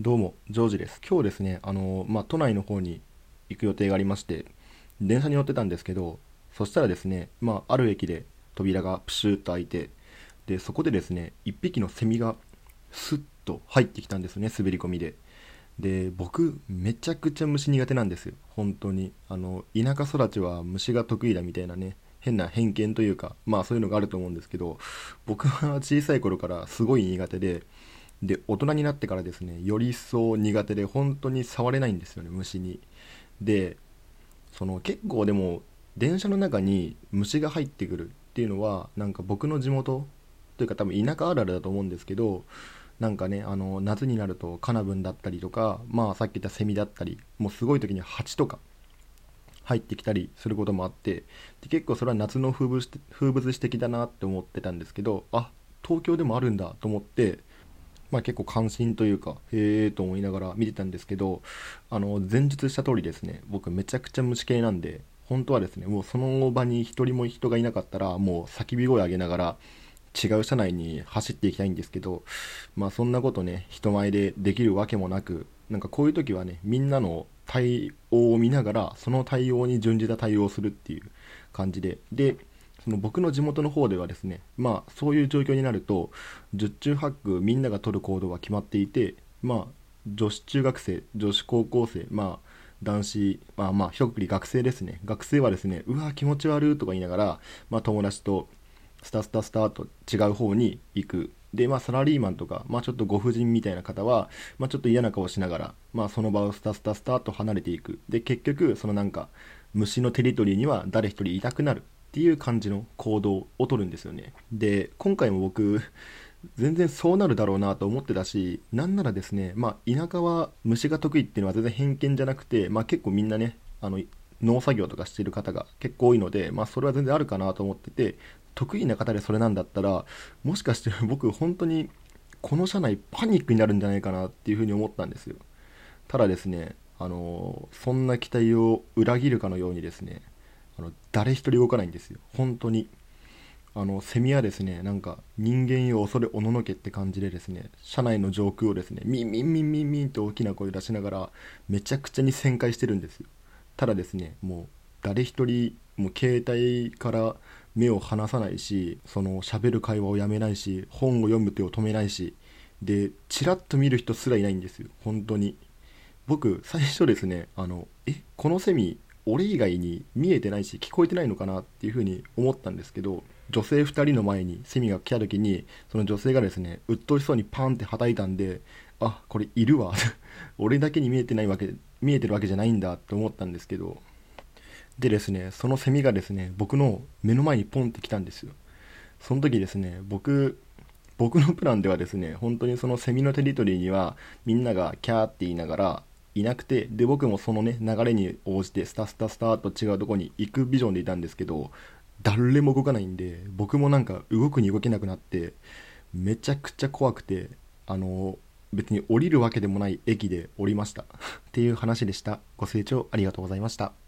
どうも、ジョージです。今日ですね、都内の方に行く予定がありまして、電車に乗ってたんですけど、そしたらですね、ある駅で扉がプシューッと開いて、で、そこでですね、一匹のセミがスッと入ってきたんですよね、滑り込みで。で、僕、めちゃくちゃ虫苦手なんですよ、本当に。田舎育ちは虫が得意だみたいなね、変な偏見というか、そういうのがあると思うんですけど、僕は小さい頃からすごい苦手で、大人になってからですね、より一層苦手で、本当に触れないんですよね、虫に。で、結構でも、電車の中に虫が入ってくるっていうのは、なんか僕の地元というか多分田舎あるあるだと思うんですけど、なんかね、夏になるとカナブンだったりとか、さっき言ったセミだったり、もうすごい時にハチとか入ってきたりすることもあって、で結構それは夏の風物詩的だなって思ってたんですけど、東京でもあるんだと思って、結構関心というか、へえーと思いながら見てたんですけど、前述した通りですね、僕めちゃくちゃ虫系なんで、本当はですね、もうその場に一人も人がいなかったら、もう叫び声上げながら違う車内に走っていきたいんですけど、そんなことね、人前でできるわけもなく、なんかこういう時はね、みんなの対応を見ながら、その対応に準じた対応をするっていう感じで、その僕の地元の方ではですね、そういう状況になると、十中八九みんなが取る行動は決まっていて、女子中学生、女子高校生、男子、一括り学生ですね。学生はですね、うわ気持ち悪いとか言いながら、友達とスタスタスタと違う方に行く。で、サラリーマンとか、ちょっとご婦人みたいな方は、ちょっと嫌な顔しながら、その場をスタスタスタと離れていく。で、結局、そのなんか、虫のテリトリーには誰一人いなくなるっていう感じの行動をとるんですよね。で、今回も僕、全然そうなるだろうなと思ってたし、なんならですね、田舎は虫が得意っていうのは全然偏見じゃなくて、結構みんなね、農作業とかしている方が結構多いので、それは全然あるかなと思ってて、得意な方でそれなんだったら、もしかして僕本当にこの車内パニックになるんじゃないかなっていうふうに思ったんですよ。ただですね、そんな期待を裏切るかのようにですね、誰一人動かないんですよ、本当に。セミはですね、なんか人間よ恐れおののけって感じでですね、車内の上空をですね、ミンミンミンミンミンと大きな声出しながら、めちゃくちゃに旋回してるんですよ。ただですね、もう誰一人、もう携帯から目を離さないし、その喋る会話をやめないし、本を読む手を止めないし、で、チラッと見る人すらいないんですよ、本当に。僕、最初ですね、このセミ、俺以外に見えてないし聞こえてないのかなっていうふうに思ったんですけど、女性2人の前にセミが来た時に、その女性がですね、鬱陶しそうにパンって叩いたんで、これいるわ俺だけに見えてるわけじゃないんだって思ったんですけど、でですね、そのセミがですね、僕の目の前にポンって来たんですよ。その時ですね、僕のプランではですね、本当にそのセミのテリトリーにはみんながキャーって言いながらいなくて、で、僕もそのね、流れに応じてスタスタスタと違うところに行くビジョンでいたんですけど、誰も動かないんで、僕もなんか動くに動けなくなって、めちゃくちゃ怖くて、あの、別に降りるわけでもない駅で降りました。っていう話でした。ご清聴ありがとうございました。